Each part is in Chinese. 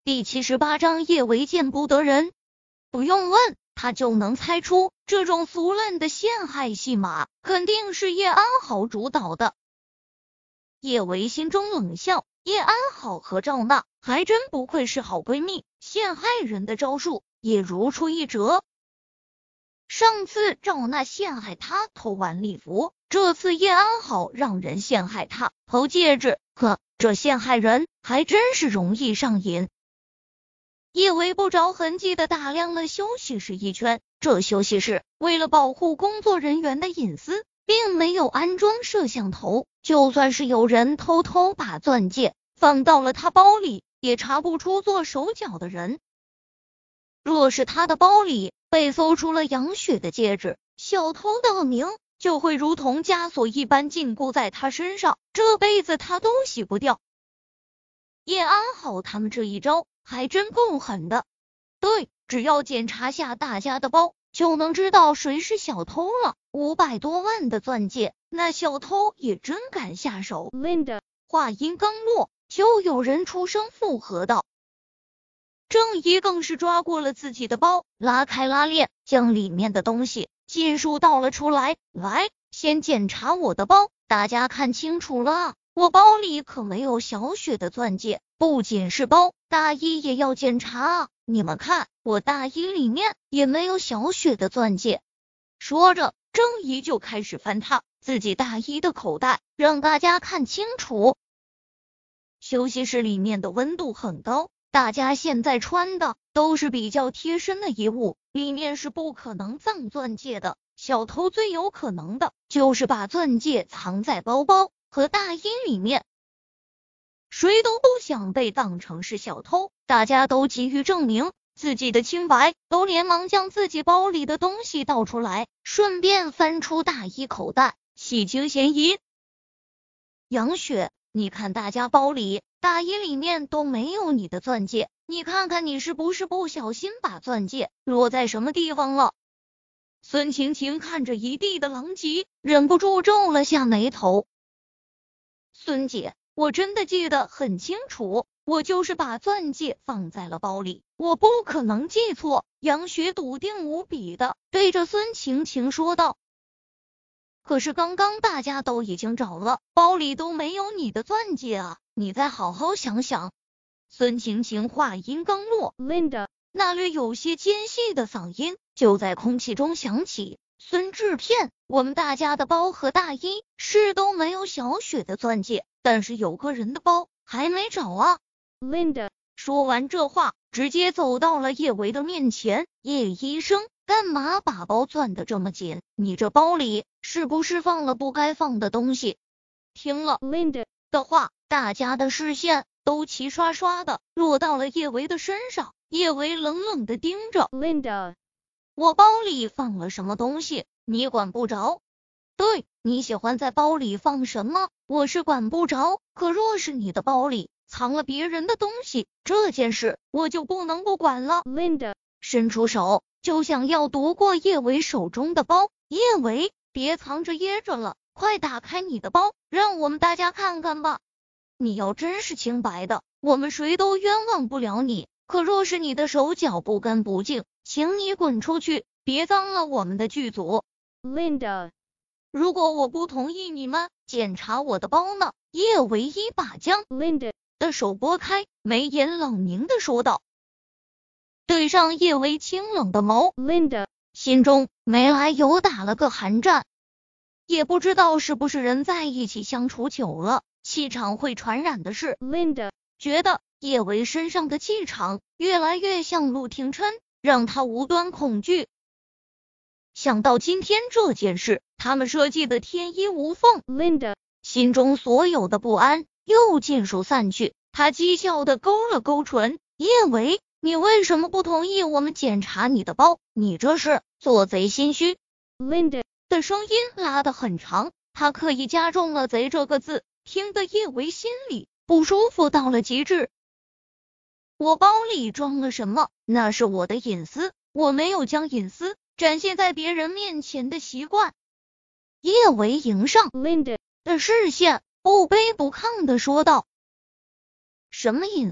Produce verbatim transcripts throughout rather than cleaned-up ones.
第七十八章叶维见不得人。不用问，他就能猜出，这种俗烂的陷害戏码，肯定是叶安好主导的。叶维心中冷笑，叶安好和赵娜还真不愧是好闺蜜，陷害人的招数也如出一辙。上次赵娜陷害他偷完礼服，这次叶安好让人陷害他偷戒指，可这陷害人还真是容易上瘾。叶维不着痕迹地打量了休息室一圈，这休息室为了保护工作人员的隐私，并没有安装摄像头，就算是有人偷偷把钻戒放到了他包里，也查不出做手脚的人。若是他的包里被搜出了杨雪的戒指，小偷的恶名就会如同枷锁一般禁锢在他身上，这辈子他都洗不掉。叶安好他们这一招还真够狠的。对，只要检查下大家的包，就能知道谁是小偷了。五百多万的钻戒，那小偷也真敢下手。Linda 话音刚落，就有人出声附和道。郑怡更是抓过了自己的包，拉开拉链，将里面的东西尽数倒了出来。来，先检查我的包，大家看清楚了，我包里可没有小雪的钻戒，不仅是包，大衣也要检查啊！你们看，我大衣里面也没有小雪的钻戒。说着，郑怡就开始翻他自己大衣的口袋，让大家看清楚。休息室里面的温度很高，大家现在穿的都是比较贴身的衣物，里面是不可能藏钻戒的。小偷最有可能的就是把钻戒藏在包包和大衣里面。谁都不想被当成是小偷，大家都急于证明自己的清白，都连忙将自己包里的东西倒出来，顺便翻出大衣口袋，洗清嫌疑。杨雪，你看大家包里、大衣里面都没有你的钻戒，你看看你是不是不小心把钻戒落在什么地方了？孙晴晴看着一地的狼藉，忍不住皱了下眉头。孙姐，我真的记得很清楚，我就是把钻戒放在了包里，我不可能记错。杨雪笃定无比的对着孙晴晴说道。可是刚刚大家都已经找了，包里都没有你的钻戒啊，你再好好想想。孙晴晴话音刚落， Linda 那略有些尖细的嗓音就在空气中响起。孙制片，我们大家的包和大衣是都没有小雪的钻戒，但是有个人的包还没找啊。Linda 说完这话，直接走到了叶维的面前。叶医生，干嘛把包攥得这么紧？你这包里是不是放了不该放的东西？听了 Linda 的话，大家的视线都齐刷刷的落到了叶维的身上。叶维冷冷的盯着 Linda， 我包里放了什么东西，你管不着。对，你喜欢在包里放什么，我是管不着，可若是你的包里藏了别人的东西，这件事我就不能不管了。Linda 伸出手就想要夺过叶维手中的包。叶维，别藏着掖着了，快打开你的包，让我们大家看看吧。你要真是清白的，我们谁都冤枉不了你，可若是你的手脚不干不净，请你滚出去，别脏了我们的剧组。Linda， 如果我不同意你们检查我的包呢？叶维一把将 Linda 的手拨开，眉眼冷凝的说道。对上叶维清冷的眸， Linda 心中没来由打了个寒战。也不知道是不是人在一起相处久了，气场会传染的事。Linda 觉得叶维身上的气场越来越像陆廷琛，让他无端恐惧。想到今天这件事，他们设计的天衣无缝， Linda 心中所有的不安又尽数散去。他讥笑的勾了勾唇，叶维，你为什么不同意我们检查你的包？你这是做贼心虚。Linda 的声音拉得很长，他刻意加重了贼这个字，听得叶维心里不舒服到了极致。我包里装了什么？那是我的隐私，我没有将隐私展现在别人面前的习惯。叶维迎上 Linda 的视线，不卑不亢地说道。什么隐私？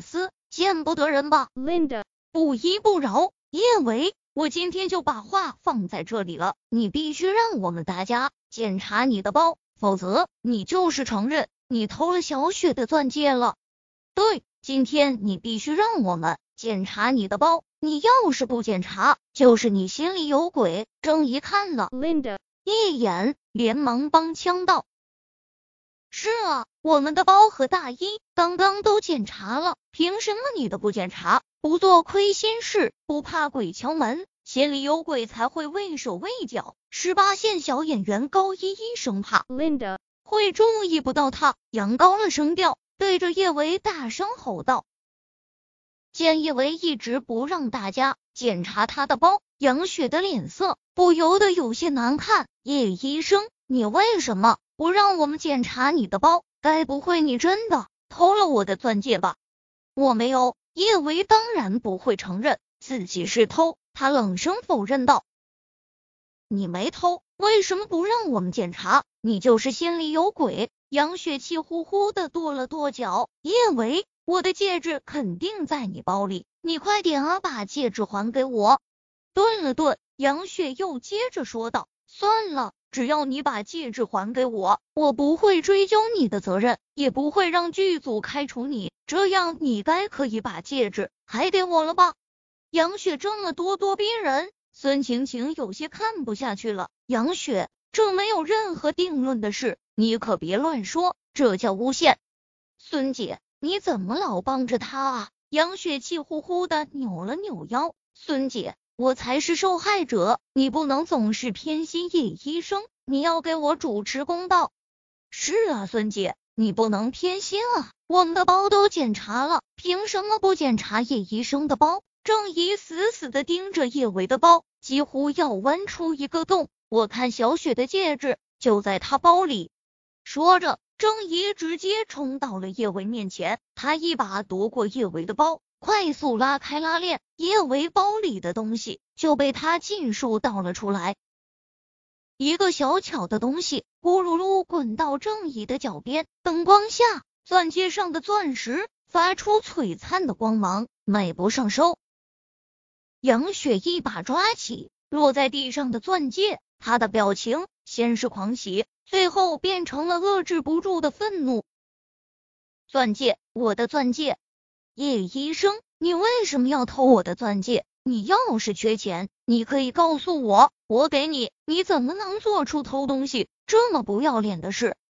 见不得人吧 Linda， 不依不饶。叶维，我今天就把话放在这里了，你必须让我们大家检查你的包，否则你就是承认你偷了小雪的钻戒了。对，今天你必须让我们检查你的包，你要是不检查，就是你心里有鬼。郑怡看了 Linda 一眼，连忙帮腔道：是啊，我们的包和大衣刚刚都检查了，凭什么你的不检查？不做亏心事，不怕鬼敲门，心里有鬼才会畏手畏脚。十八线小演员高依依生怕 Linda 会注意不到他，扬高了声调，对着叶维大声吼道。见叶维一直不让大家检查他的包，杨雪的脸色不由得有些难看。叶医生，你为什么不让我们检查你的包？该不会你真的偷了我的钻戒吧？我没有。叶维当然不会承认自己是偷，他冷声否认道。你没偷，为什么不让我们检查？你就是心里有鬼。杨雪气呼呼的跺了跺脚。叶维，我的戒指肯定在你包里，你快点啊，把戒指还给我。顿了顿，杨雪又接着说道，算了，只要你把戒指还给我，我不会追究你的责任，也不会让剧组开除你，这样你该可以把戒指还给我了吧？杨雪这么咄咄逼人，孙晴晴有些看不下去了。杨雪，这没有任何定论的事，你可别乱说，这叫诬陷。孙姐，你怎么老帮着他啊？杨雪气呼呼的扭了扭腰。孙姐，我才是受害者，你不能总是偏心叶医生，你要给我主持公道。是啊，孙姐，你不能偏心啊，我们的包都检查了，凭什么不检查叶医生的包？郑怡死死的盯着叶维的包，几乎要剜出一个洞。我看小雪的戒指就在他包里。说着，郑怡直接冲到了叶维面前，他一把夺过叶维的包，快速拉开拉链，叶维包里的东西就被他尽数倒了出来。一个小巧的东西咕噜噜滚到郑怡的脚边，灯光下，钻戒上的钻石发出璀璨的光芒，美不胜收。杨雪一把抓起落在地上的钻戒，她的表情先是狂喜，最后变成了遏制不住的愤怒。钻戒，我的钻戒！叶医生，你为什么要偷我的钻戒？你要是缺钱，你可以告诉我，我给你。你怎么能做出偷东西这么不要脸的事？